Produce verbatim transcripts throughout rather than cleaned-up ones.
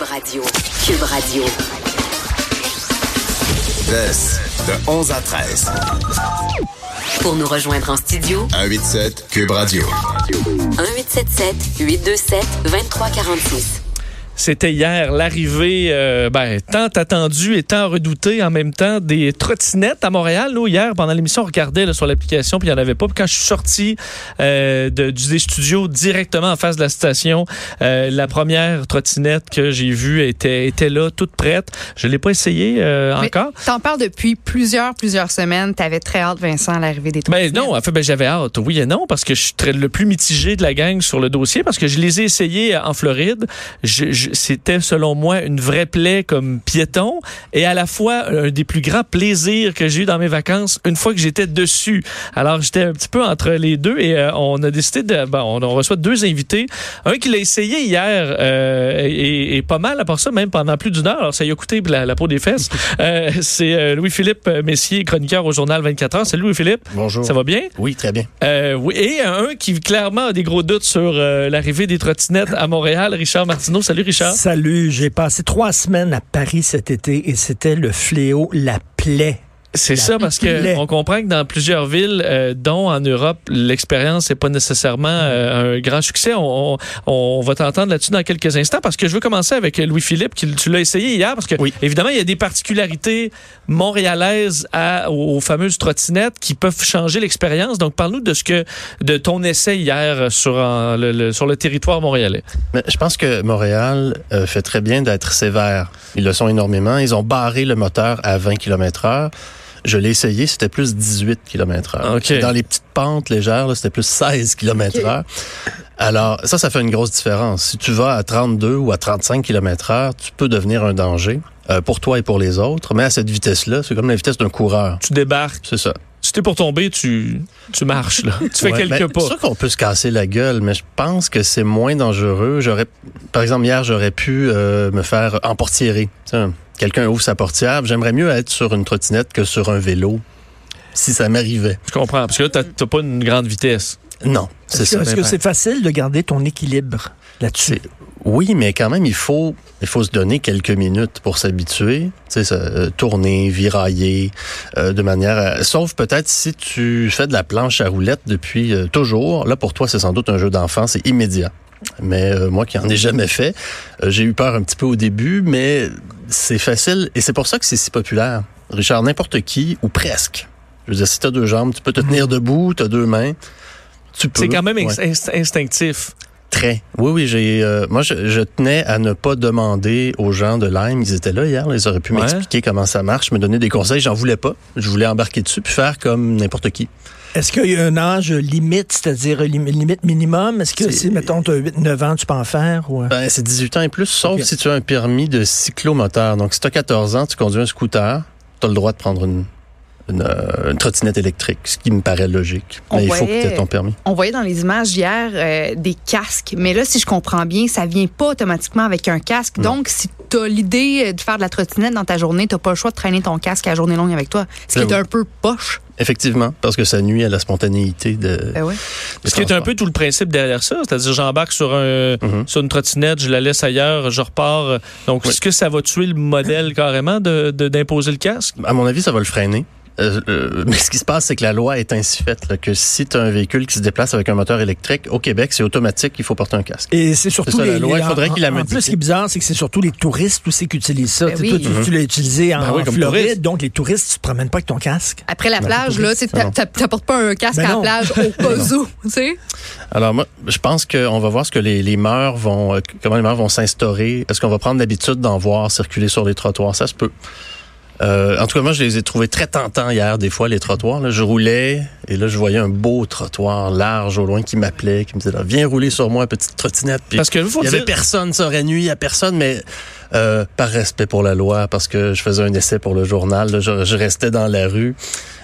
Radio. Cube Radio. Yes, de onze à treize. Pour nous rejoindre en studio, un huit sept Cube Radio. un huit sept sept huit deux sept deux trois quatre six. C'était hier l'arrivée euh, ben, tant attendue et tant redoutée en même temps des trottinettes à Montréal. Nous, hier, pendant l'émission, on regardait là, sur l'application, puis il n'y en avait pas. Puis quand je suis sorti euh, de, du, des studios directement en face de la station, euh, la première trottinette que j'ai vue était, était là, toute prête. Je ne l'ai pas essayée euh, encore. T'en parles depuis plusieurs, plusieurs semaines. T'avais très hâte, Vincent, à l'arrivée des trottinettes. Ben non, en fait, ben, j'avais hâte, oui et non, parce que je suis très, le plus mitigé de la gang sur le dossier, parce que je les ai essayés en Floride. Je, je C'était, selon moi, une vraie plaie comme piéton et à la fois un des plus grands plaisirs que j'ai eu dans mes vacances une fois que j'étais dessus. Alors, j'étais un petit peu entre les deux et euh, on a décidé de... Bon, on, on reçoit deux invités. Un qui l'a essayé hier euh, et, et pas mal, à part ça, même pendant plus d'une heure. Alors, ça y a coûté la, la peau des fesses. Euh, c'est euh, Louis-Philippe Messier, chroniqueur au journal vingt-quatre heures. Salut Louis-Philippe. Bonjour. Ça va bien? Oui, très bien. Euh, oui, et un qui clairement a des gros doutes sur euh, l'arrivée des trottinettes à Montréal. Richard Martineau. Salut Richard. Salut, j'ai passé trois semaines à Paris cet été et c'était le fléau, la plaie. C'est la ça, parce que on comprend que dans plusieurs villes, euh, dont en Europe, l'expérience n'est pas nécessairement euh, un grand succès. On, on, on va t'entendre là-dessus dans quelques instants, parce que je veux commencer avec Louis-Philippe, qui tu l'as essayé hier, parce que oui. Évidemment, il y a des particularités montréalaises à, aux, aux fameuses trottinettes qui peuvent changer l'expérience. Donc, parle-nous de ce que de ton essai hier sur, en, le, le, sur le territoire montréalais. Mais je pense que Montréal euh, fait très bien d'être sévère. Ils le sont énormément. Ils ont barré le moteur à vingt kilomètres heure. Je l'ai essayé, c'était plus dix-huit kilomètres heure. Okay. Dans les petites pentes légères, là, c'était plus seize kilomètres heure. Okay. Alors, ça, ça fait une grosse différence. Si tu vas à trente-deux ou à trente-cinq kilomètres heure, tu peux devenir un danger euh, pour toi et pour les autres. Mais à cette vitesse-là, c'est comme la vitesse d'un coureur. Tu débarques. C'est ça. Si t'es pour tomber, tu, tu marches, là. Tu fais ouais, quelques ben, pas. C'est sûr qu'on peut se casser la gueule, mais je pense que c'est moins dangereux. J'aurais, par exemple, hier, j'aurais pu euh, me faire emportiérer. T'sais, quelqu'un ouvre sa portière. J'aimerais mieux être sur une trottinette que sur un vélo, si ça m'arrivait. Je comprends, parce que là, t'as, t'as pas une grande vitesse. Non, c'est est-ce ça. Que, est-ce que c'est facile de garder ton équilibre là-dessus? C'est, oui, mais quand même, il faut, il faut se donner quelques minutes pour s'habituer. Tu sais, euh, tourner, virailler, euh, de manière... À, sauf peut-être si tu fais de la planche à roulettes depuis euh, toujours. Là, pour toi, c'est sans doute un jeu d'enfant, c'est immédiat. Mais euh, moi qui en ai jamais fait, euh, j'ai eu peur un petit peu au début, mais c'est facile. Et c'est pour ça que c'est si populaire. Richard, n'importe qui, ou presque. Je veux dire, si t'as deux jambes, tu peux te tenir debout, t'as deux mains. Tu peux. C'est quand même ouais. inst- instinctif. Très. Oui, oui, j'ai. Euh, moi, je, je tenais à ne pas demander aux gens de Lime, ils étaient là hier, là, ils auraient pu ouais. m'expliquer comment ça marche, me donner des conseils. J'en voulais pas. Je voulais embarquer dessus puis faire comme n'importe qui. Est-ce qu'il y a un âge limite, c'est-à-dire limite minimum? Est-ce que c'est... si, mettons, tu as huit neuf ans, tu peux en faire? Ou... Ben, c'est dix-huit ans et plus, sauf okay. si tu as un permis de cyclomoteur. Donc, si tu as quatorze ans, tu conduis un scooter, tu as le droit de prendre une, une, euh, une trottinette électrique, ce qui me paraît logique. Mais on il voyait, faut que tu aies ton permis. On voyait dans les images hier euh, des casques. Mais là, si je comprends bien, ça vient pas automatiquement avec un casque. Non. Donc, si tu as l'idée de faire de la trottinette dans ta journée, tu n'as pas le choix de traîner ton casque à la journée longue avec toi. Ce qui ben est oui. un peu poche. Effectivement, parce que ça nuit à la spontanéité de... Ben oui. Ce qui est un peu tout le principe derrière ça, c'est-à-dire j'embarque sur un mm-hmm. sur une trottinette, je la laisse ailleurs, je repars. Donc, oui. Est-ce que ça va tuer le modèle carrément de, de, d'imposer le casque? À mon avis, ça va le freiner. Euh, euh, mais ce qui se passe, c'est que la loi est ainsi faite là, que si tu as un véhicule qui se déplace avec un moteur électrique, au Québec, c'est automatique, il faut porter un casque. Et c'est surtout c'est ça, les, la loi, les, il faudrait en, qu'il la en modifie. plus, ce qui est bizarre, c'est que c'est surtout les touristes aussi qui utilisent ça. Ben oui. Toi, tu, mm-hmm. tu l'as utilisé en, ben oui, en Floride, touriste. Donc les touristes, tu te promènes pas avec ton casque. Après la ben, plage, là, tu n'apportes pas un casque ben à la plage au cas où, tu sais. Alors moi, je pense qu'on va voir ce que les, les mœurs vont, euh, comment les mœurs vont s'instaurer. Est-ce qu'on va prendre l'habitude d'en voir circuler sur les trottoirs? Ça se peut. Euh, en tout cas, moi, je les ai trouvés très tentants hier, des fois, les trottoirs. Là, je roulais et là, je voyais un beau trottoir large au loin qui m'appelait, qui me disait, là, viens rouler sur moi, petite trottinette. Puis, parce que il y avait dire... personne, ça aurait nuit à personne, mais euh, par respect pour la loi, parce que je faisais un essai pour le journal, là, je, je restais dans la rue.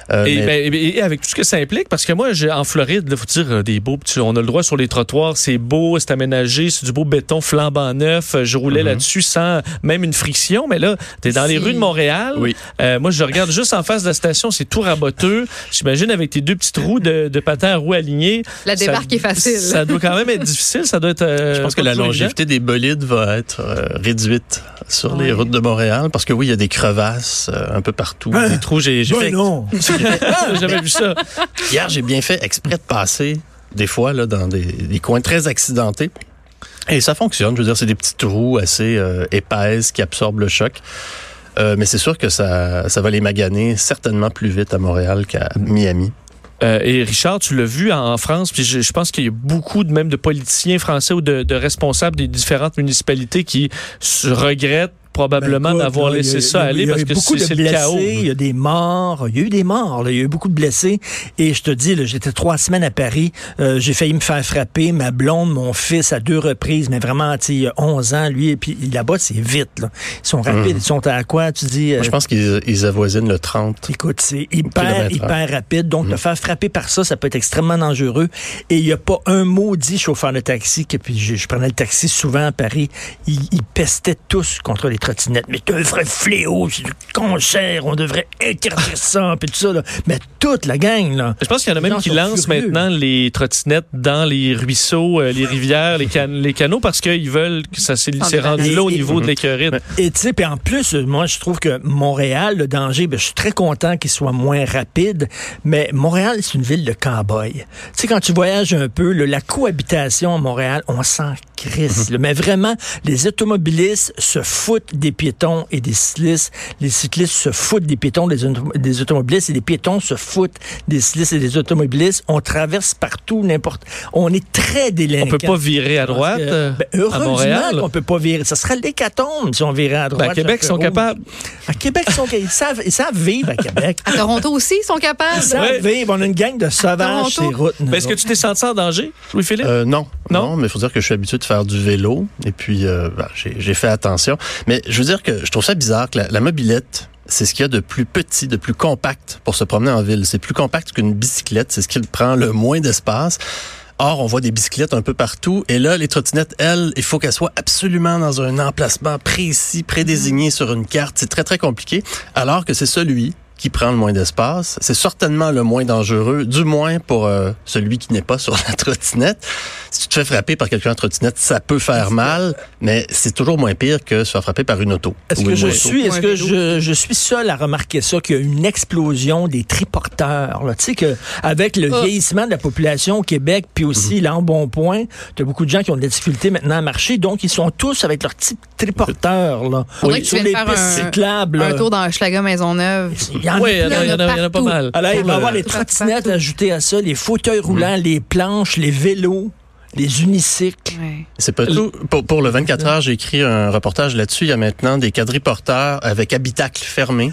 Euh, et, mais... ben, et avec tout ce que ça implique, parce que moi, j'ai, en Floride, il faut dire des beaux petits, on a le droit sur les trottoirs, c'est beau, c'est aménagé, c'est du beau béton flambant neuf. Je roulais mm-hmm. là-dessus sans même une friction, mais là, t'es dans si. les rues de Montréal. Oui. Euh, moi, je regarde juste en face de la station, c'est tout raboteux. J'imagine avec tes deux petites roues de, de patins à roues alignées. La débarque ça, est facile. Ça doit quand même être difficile. Ça doit être. Euh, je pense que la longévité des bolides va être euh, réduite sur ouais. les routes de Montréal, parce que oui, il y a des crevasses euh, un peu partout, hein? Des trous. J'ai, j'ai ben fait. Non. J'ai jamais vu ça. Hier, j'ai bien fait exprès de passer des fois là dans des, des coins très accidentés. Et ça fonctionne. Je veux dire, c'est des petites roues assez euh, épaisses qui absorbent le choc. Euh, mais c'est sûr que ça, ça va les maganer certainement plus vite à Montréal qu'à Miami. Euh, et Richard, tu l'as vu en France, puis je, je pense qu'il y a beaucoup de même de politiciens français ou de, de responsables des différentes municipalités qui se regrettent probablement ben, d'avoir là, laissé a, ça aller parce que c'est, c'est le chaos. Il y a des morts, il y a eu des morts, là, il y a eu beaucoup de blessés. Et je te dis, là, j'étais trois semaines à Paris, euh, j'ai failli me faire frapper, ma blonde, mon fils à deux reprises, mais vraiment, tu sais, il y a onze ans, lui, et puis là-bas, c'est vite, là. Ils sont rapides, mmh. ils sont à quoi, tu dis? Euh, Moi, je pense qu'ils ils avoisinent le trente. Écoute, c'est hyper, hyper rapide, donc mmh. te faire frapper par ça, ça peut être extrêmement dangereux. Et il n'y a pas un maudit chauffeur de taxi, que, puis je, je prenais le taxi souvent à Paris, ils, ils pestaient tous contre les trottinettes. Mais c'est un vrai fléau, c'est du cancer, on devrait interdire ça, puis tout ça, là. Mais toute la gang, là. Je pense qu'il y en a même qui lancent furieux. Maintenant les trottinettes dans les ruisseaux, euh, les rivières, les, can- les canaux, parce qu'ils veulent que ça s'est, s'est rendu là au niveau de l'écœurite. Et tu sais, puis en plus, moi, je trouve que Montréal, le danger, ben, je suis très content qu'il soit moins rapide, mais Montréal, c'est une ville de cow-boys. Tu sais, quand tu voyages un peu, là, la cohabitation à Montréal, on s'en crisse, mm-hmm. mais vraiment, les automobilistes se foutent des piétons et des cyclistes. Les cyclistes se foutent des piétons, des, auto- des automobilistes, et les piétons se foutent des cyclistes et des automobilistes. On traverse partout, n'importe. On est très délinquants. On peut pas virer à droite que, ben, heureusement à Montréal. qu'on peut pas virer. Ça serait l'hécatombe si on virait à droite. Ben, à Québec, ils sont capables. À Québec, ils, sont, ils, savent, ils savent vivre à Québec. À Toronto aussi, ils sont capables. Ils savent ouais. vivre. On a une gang de sauvages sur les routes. Ben, est-ce que tu t'es senti en danger, Louis-Philippe? Euh, non. Non. Non, mais il faut dire que je suis habitué de faire du vélo. Et puis, euh, ben, j'ai, j'ai fait attention. Mais je veux dire que je trouve ça bizarre que la, la mobilette, c'est ce qu'il y a de plus petit, de plus compact pour se promener en ville. C'est plus compact qu'une bicyclette. C'est ce qui prend le moins d'espace. Or, on voit des bicyclettes un peu partout. Et là, les trottinettes, elles, il faut qu'elles soient absolument dans un emplacement précis, prédésigné sur une carte. C'est très, très compliqué. Alors que c'est celui qui prend le moins d'espace. C'est certainement le moins dangereux, du moins pour euh, celui qui n'est pas sur la trottinette. Si tu te fais frapper par quelqu'un en trottinette, ça peut faire mal, mais c'est toujours moins pire que se faire frapper par une auto. Est-ce que je suis, est-ce que je, je suis seul à remarquer ça, qu'il y a une explosion des triporteurs, là? Tu sais que avec le oh. vieillissement de la population au Québec, puis aussi mm-hmm. l'embonpoint, tu as beaucoup de gens qui ont des difficultés maintenant à marcher, donc ils sont tous avec leur petit triporteur, là. Faudrait que tu viennes faire un, cyclables, un tour dans Hochelaga Maisonneuve. Il y en a, oui, il y, y, y, y en a pas mal. Alors, il va y avoir les trottinettes ajoutées à ça, les fauteuils roulants, mmh. les planches, les vélos, les unicycles. Ouais. C'est pas tout. Pour, pour le vingt-quatre heures, j'ai écrit un reportage là-dessus. Il y a maintenant des quadriporteurs avec habitacle fermé.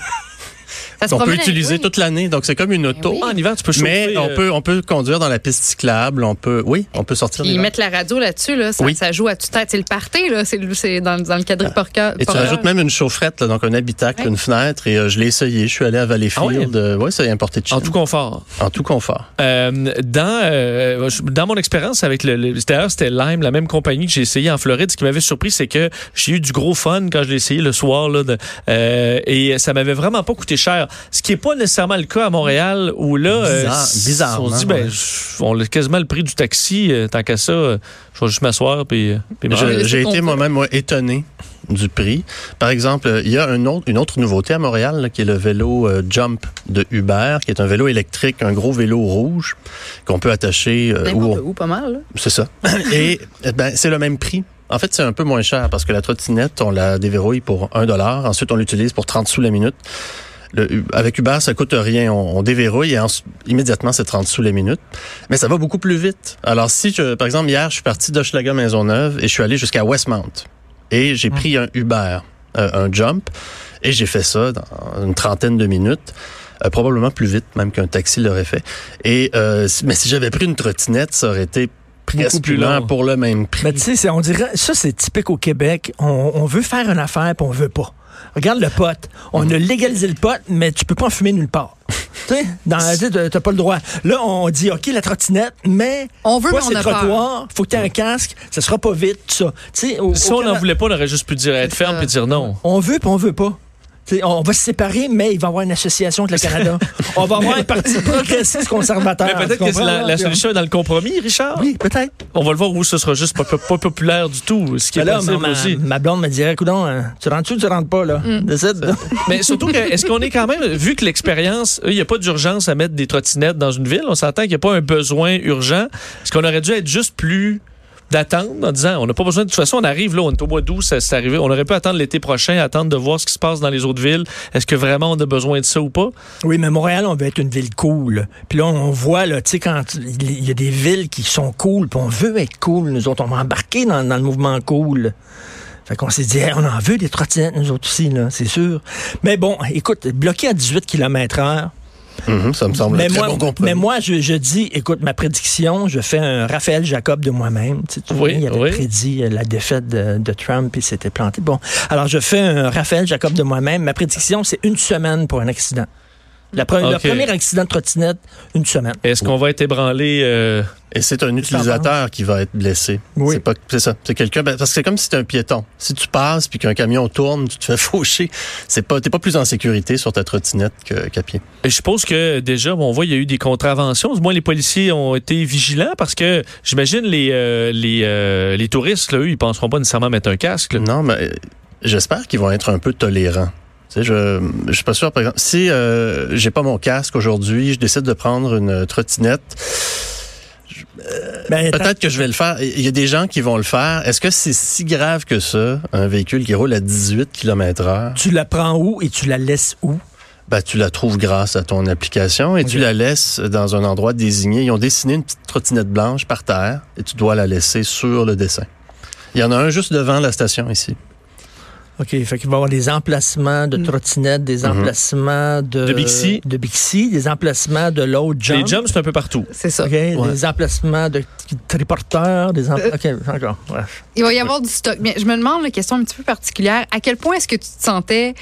On peut utiliser oui. toute l'année, donc c'est comme une auto. Oui. En hiver, tu peux chauffer. Mais on peut, on peut conduire dans la piste cyclable, on peut, oui, on peut sortir. Ils mettent la radio là-dessus, là, ça, oui. ça joue à tue-tête. C'est le party, là, c'est, c'est dans, dans le quadriporteur. Et tu rajoutes même une chaufferette, là, donc un habitacle, oui. une fenêtre, et euh, je l'ai essayé. Je suis allé à Valleyfield. Ah oui, ouais, c'est importé de Chine. En tout confort. En tout confort. Euh, dans, euh, dans mon expérience avec le, le d'ailleurs, c'était Lime, la même compagnie que j'ai essayé en Floride. Ce qui m'avait surpris, c'est que j'ai eu du gros fun quand je l'ai essayé le soir, là, de, euh, et ça m'avait vraiment pas coûté cher. Ce qui est pas nécessairement le cas à Montréal où là, bizarre, euh, bizarre, on se dit, ben, ouais. on a quasiment le prix du taxi, euh, tant qu'à ça, euh, je vais juste m'asseoir. Puis, puis je, j'ai été moi-même moi, étonné du prix. Par exemple, il y a un autre, une autre nouveauté à Montréal, là, qui est le vélo euh, Jump de Uber, qui est un vélo électrique, un gros vélo rouge qu'on peut attacher. Euh, où, on... où, pas mal. Là. C'est ça. Et ben, c'est le même prix. En fait, c'est un peu moins cher parce que la trottinette, on la déverrouille pour un dollar. Ensuite, on l'utilise pour trente sous la minute. Le, avec Uber, ça coûte rien. On, on déverrouille et en, immédiatement, c'est trente sous les minutes. Mais ça va beaucoup plus vite. Alors, si, je, par exemple, hier, je suis parti d'Hochelaga Maisonneuve et je suis allé jusqu'à Westmount. Et j'ai pris un Uber, euh, un Jump, et j'ai fait ça dans une trentaine de minutes. Euh, probablement plus vite, même qu'un taxi l'aurait fait. Et euh, mais si j'avais pris une trottinette, ça aurait été presque plus lent pour le même prix. Mais tu sais, on dirait, ça c'est typique au Québec. On, on veut faire une affaire puis on veut pas. Regarde le pot. On mmh. a légalisé le pot, mais tu peux pas en fumer nulle part. Tu sais, dans tu sais, t'as pas le droit. Là, on dit, OK, la trottinette, mais On veut, pas mais on ces a peur. trottoirs, faut que tu aies un casque, ça sera pas vite, tout ça. Tu sais, au- Si au on n'en Canada- voulait pas, on aurait juste pu dire être C'est ferme ça. et dire non. On veut, puis on veut pas. T'sais, on va se séparer, mais il va y avoir une association avec le Canada. On va avoir un parti progressiste conservateur. Mais peut-être Tu que comprends, la, la là? solution est dans le compromis, Richard. Oui, peut-être. On va le voir où ce sera juste pas, pas- pas populaire du tout, ce qui est Mais là, possible ma, aussi. ma blonde me dirait, coudonc, hein, tu rentres-tu ou tu rentres pas, là? Mm. Décide, là. Mais surtout, que, est-ce qu'on est quand même, vu que l'expérience, il n'y a pas d'urgence à mettre des trottinettes dans une ville, on s'entend qu'il n'y a pas un besoin urgent. Est-ce qu'on aurait dû être juste plus d'attendre en disant, on n'a pas besoin, de toute façon, on arrive là, on est au mois d'août, ça, c'est arrivé, on aurait pu attendre l'été prochain, attendre de voir ce qui se passe dans les autres villes. Est-ce que vraiment on a besoin de ça ou pas? Oui, mais Montréal, on veut être une ville cool. Puis là, on voit, là, tu sais, quand il y a des villes qui sont cool, puis on veut être cool, nous autres, on va embarquer dans, dans le mouvement cool. Fait qu'on s'est dit, hey, on en veut des trottinettes, nous autres aussi, là, c'est sûr. Mais bon, écoute, bloqué à dix-huit kilomètres heure, Mhm, ça me semble mais un très moi, bon compromis. mais moi je, je dis, écoute, ma prédiction, je fais un Raphaël Jacob de moi-même. Tu sais, tu Oui, vois, il avait oui. prédit euh, la défaite de, de Trump et s'était planté. Bon, alors je fais un Raphaël Jacob de moi-même. Ma prédiction, c'est une semaine pour un accident. La pre- Le Ok. premier accident de trottinette, une semaine. Est-ce qu'on va être ébranlé? euh, Et c'est un utilisateur qui va être blessé. Oui. C'est pas, c'est ça. C'est quelqu'un, ben, parce que c'est comme si t'es un piéton. Si tu passes puis qu'un camion tourne, tu te fais faucher. C'est pas, t'es pas plus en sécurité sur ta trottinette que, qu'à pied. Je suppose que déjà, bon, on voit, il y a eu des contraventions. Du moins, les policiers ont été vigilants parce que j'imagine les euh, les euh, les touristes, là, eux, ils penseront pas nécessairement mettre un casque. là. Non, mais euh, j'espère qu'ils vont être un peu tolérants. Tu sais, je, je suis pas sûr, par exemple, si euh, j'ai pas mon casque aujourd'hui, je décide de prendre une trottinette, Ben, peut-être que je vais le faire. Il y a des gens qui vont le faire. Est-ce que c'est si grave que ça, un véhicule qui roule à dix-huit kilomètres heure? tu la prends où et tu la laisses où? Ben, tu la trouves grâce à ton application et Ok. tu la laisses dans un endroit désigné. Ils ont dessiné une petite trottinette blanche par terre et tu dois la laisser sur le dessin. Il y en a un juste devant la station ici. OK, fait qu'il va y avoir des emplacements de trottinettes, des Mhm. emplacements de... De Bixi. De Bixi, des emplacements de l'autre jump. Les jumps, c'est un peu partout. C'est ça. OK, des emplacements de triporteurs, des empla- OK, encore, bref. Il va y avoir du stock. Mais je me demande une question un petit peu particulière. À quel point est-ce que tu te sentais...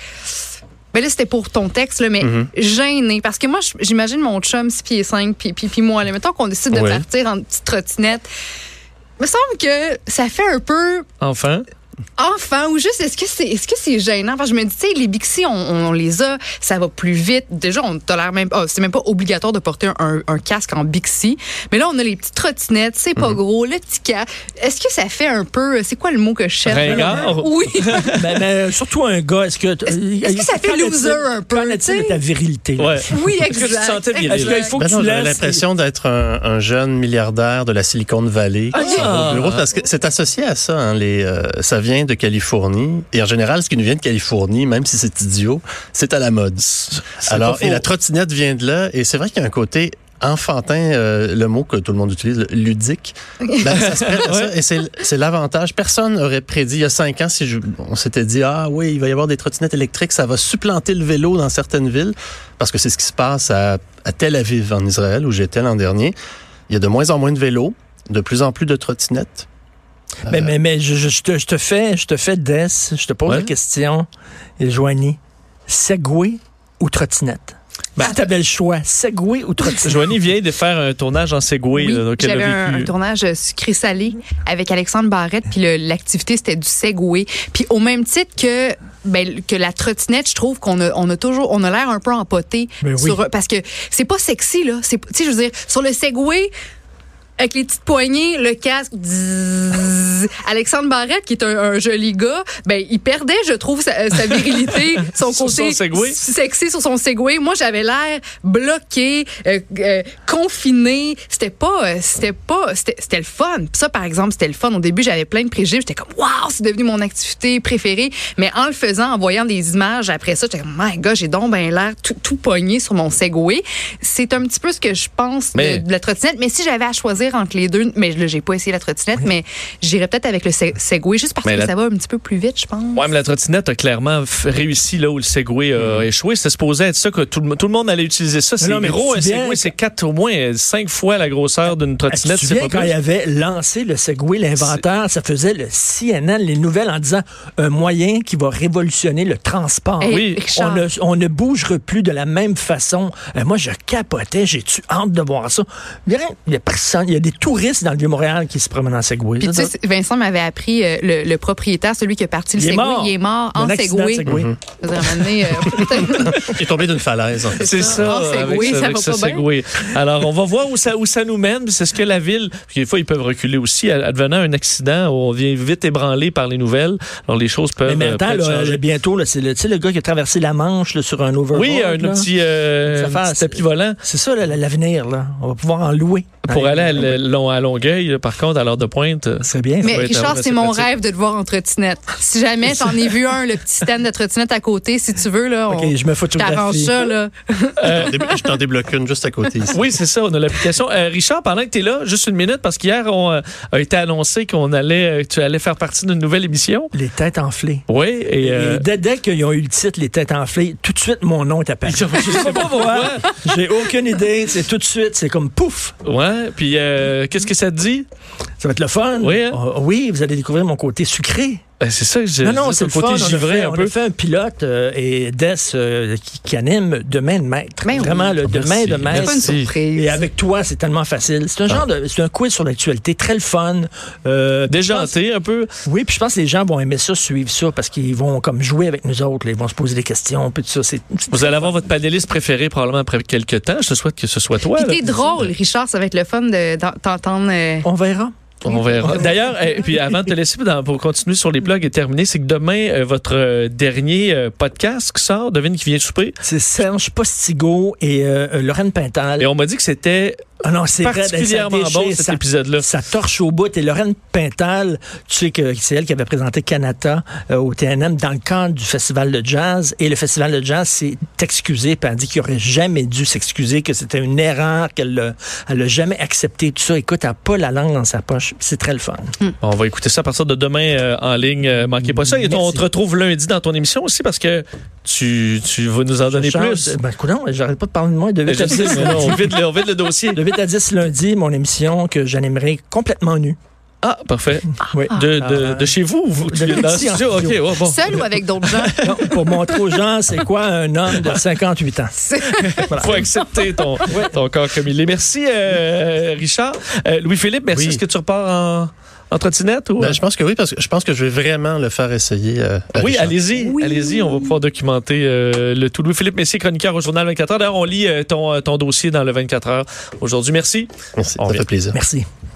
Ben là, c'était pour ton texte, là, mais Mhm. gêné. Parce que moi, je- j'imagine mon chum six pieds cinq, puis, puis, puis moi. Là, mettons qu'on décide de Ouais. partir en petite trottinette. Il me semble que ça fait un peu... Enfant. Enfant ou juste est-ce que c'est est-ce que c'est gênant parce que je me dis tu sais les Bixi on, on les a ça va plus vite déjà on tolère même oh, c'est même pas obligatoire de porter un, un, un casque en Bixi mais là on a les petites trottinettes c'est pas gros le petit casque est-ce que ça fait un peu c'est quoi le mot que je cherche Ringard? oui mais, mais surtout un gars, est-ce que... est-ce que ça fait qu'en est-il- loser un peu, Qu'en tu est-il sais? de ta virilité? là? Ouais. oui Est-ce que tu te exact sentais viril? Est-ce qu'il faut que Ben tu non, j'avais laisses... l'impression d'être un, un jeune milliardaire de la Silicon Valley Ah. sur mon bureau parce que c'est associé à ça. Hein, les, euh, ça vient de Californie et en général, ce qui nous vient de Californie, même si c'est idiot, c'est à la mode. Alors, pas et faux. la trottinette vient de là et c'est vrai qu'il y a un côté enfantin, euh, le mot que tout le monde utilise, le ludique. Ben, ça se prête à ça et c'est, c'est l'avantage. Personne n'aurait prédit il y a cinq ans si je, on s'était dit ah oui il va y avoir des trottinettes électriques, ça va supplanter le vélo dans certaines villes parce que c'est ce qui se passe à, à Tel Aviv en Israël où j'étais l'an dernier. Il y a de moins en moins de vélos, de plus en plus de trottinettes. Mais, mais, mais je, je- je te, je te fais, je te fais Des, je te pose Ouais. la question, et Joanie, Segway ou trottinette? Ben, si t'avais le choix, Segway ou trottinette? Joanie vient de faire un tournage en Segway. Oui, là, donc elle a j'avais un, vécu. un tournage euh, sucré-salé avec Alexandre Barrette, puis le- l'activité, c'était du Segway. Puis au même titre que ben, que la trottinette, je trouve qu'on a, on a toujours, on a l'air un peu empoté. Ben oui. sur, parce que c'est pas sexy, là. C'est, tu sais, je veux dire, sur le Segway, avec les petites poignées, le casque. Dzz. Alexandre Barrette, qui est un, un joli gars, ben il perdait, je trouve, sa, sa virilité, son Sur côté son Segway? sexy sur son Segway. Moi, j'avais l'air bloqué, euh, euh, confiné. C'était pas, euh, c'était pas, c'était, c'était le fun. Puis ça, par exemple, c'était le fun. Au début, j'avais plein de préjugés. J'étais comme, waouh, c'est devenu mon activité préférée. Mais en le faisant, en voyant des images après ça, j'étais comme, my God, j'ai donc ben l'air tout, tout pogné sur mon Segway. C'est un petit peu ce que je pense Mais- de, de la trottinette. Mais si j'avais à choisir entre les deux, mais là, j'ai pas essayé la trottinette, mais j'irais peut-être avec le Se- Segway juste parce Mais que la- ça va un petit peu plus vite, je pense. Ouais, mais la trottinette a clairement f- réussi là où le Segway a échoué. C'était supposé être ça que tout le, tout le monde allait utiliser ça. C'est non, mais gros, tu un viens Segway, que- c'est quatre, au moins cinq fois la grosseur d'une trottinette. Tu te c'est souviens pas quand plus. il avait lancé le Segway, l'inventeur, ça faisait le C N N, les nouvelles, en disant un moyen qui va révolutionner le transport. Hey, Oui, Richard. On ne, on ne bougera plus de la même façon. Euh, moi, je capotais. J'ai-tu hâte de voir ça? Il y a, il y a personne. Il y a des touristes dans le Vieux-Montréal qui se promènent en Segway. Puis tu Ça, sais, Vincent m'avait appris, euh, le, le propriétaire, celui qui a parti le Il est Segway, mort. il est mort Un en accident de Segway. Segway. Je veux dire, à un moment donné, euh, Il est tombé d'une falaise. En fait. C'est ça. ça, Ah, Segway, avec, ça avec va ce pas bien. Segway. Alors, on va voir où ça, où ça nous mène. C'est ce que la ville, puis des fois, ils peuvent reculer aussi, advenant un accident où on vient vite ébranlé par les nouvelles. Alors, les choses peuvent, Mais euh, maintenant, peut-être là, changer. bientôt, là, c'est le, tu sais, le gars qui a traversé la Manche là, sur un overboard. Oui, un là. petit, euh, Ça fait- un petit tapis volant. C'est ça là, l'avenir. Là. On va pouvoir en louer. Pour Ouais. aller à, L- long- à Longueuil, là, par contre, à l'heure de pointe. euh, C'est bien. Mais va être Richard, assez c'est mon pratique. rêve de te voir en trottinette. Si jamais t'en ai vu un, le petit stand de trottinette à côté, si tu veux, là, on OK, je me photographie. t'arrange ça, là. Je t'en débloque une juste à côté ici. Oui, c'est ça, on a l'application. Euh, Richard, pendant que tu es là, juste une minute, parce qu'hier, on euh, a été annoncé qu'on allait, euh, tu allais faire partie d'une nouvelle émission. Les têtes enflées. Oui, et... euh, Et dès, dès qu'ils ont eu le titre Les têtes enflées, tout de suite, mon nom est apparu. Je sais pas pourquoi. J'ai aucune idée. C'est tout de suite, c'est comme pouf. Ouais, puis euh, qu'est-ce que ça te dit? Ça va être le fun. Oui, hein? Oh, oui, vous allez découvrir mon côté sucré. Ben, c'est ça que j'ai non, non, c'est le côté fun. On a givré fait, un on peu. a fait un pilote euh, et Des euh, qui, qui anime de main de maître. Ben oui. Vraiment, là, de main de Merci. maître. C'est pas une Merci. surprise. Et avec toi, c'est tellement facile. C'est un genre de, c'est un quiz sur l'actualité, très le fun. Euh, puis je pense- Déjanté un peu. Oui, puis je pense que les gens vont aimer ça, suivre ça, parce qu'ils vont comme jouer avec nous autres. Là, ils vont se poser des questions, puis tout ça. C'est, Vous allez avoir votre panéliste préféré probablement après quelques temps. Je te souhaite que ce soit toi. Puis là. t'es drôle, Richard, ça va être le fun de d'en- t'entendre. euh, On verra. On verra. D'ailleurs, euh, puis avant de te laisser dans- pour continuer sur les plugs et terminer, c'est que demain, euh, votre euh, dernier euh, podcast qui sort, devine qui vient souper. C'est Serge Postigo et euh, euh, Lorraine Pintal. Et on m'a dit que c'était Ah non, c'est raide, particulièrement ça bon, déchire, cet ça- épisode-là. Ça torche au bout. Et Lorraine Pintal, tu sais que c'est elle qui avait présenté Canada euh, au T N M dans le cadre du Festival de jazz. Et le Festival de jazz s'est excusé, puis elle a dit qu'il n'aurait jamais dû s'excuser, que c'était une erreur, qu'elle l'a, elle l'a jamais accepté. Tout ça, écoute, elle n'a pas la langue dans sa poche. C'est très le fun. On va écouter ça à partir de demain euh, en ligne. Euh, manquez pas ça. Et on Merci. te retrouve lundi dans ton émission aussi parce que tu, tu vas nous en donner Je change- plus. Ben, écoute, non, j'arrête pas de parler de moi. De huit Je à sais, dix, mais là, on vide le, on vide le dossier. de huit à dix lundi, mon émission que j'animerai complètement nu. Ah, parfait. Oui. De, de, de chez vous? vous tu De es dans le ici, en studio? OK, studio. ouais, bon. Seul ou avec d'autres gens? Non, pour montrer aux gens c'est quoi un homme de cinquante-huit ans. Voilà. Faut accepter ton, ton corps comme il est. Merci, euh, Richard. Euh, Louis-Philippe, merci. Oui. Est-ce que tu repars en, en trottinette? Ou... Ben, je pense que oui, parce que je pense que je vais vraiment le faire essayer. euh, à Oui, Richard. allez-y, Oui. allez-y, on va pouvoir documenter euh, le tout. Louis-Philippe Messier, chroniqueur au Journal vingt-quatre heures. D'ailleurs, on lit euh, ton, ton dossier dans le vingt-quatre heures aujourd'hui. Merci. Merci, On ça revient. fait plaisir. Merci.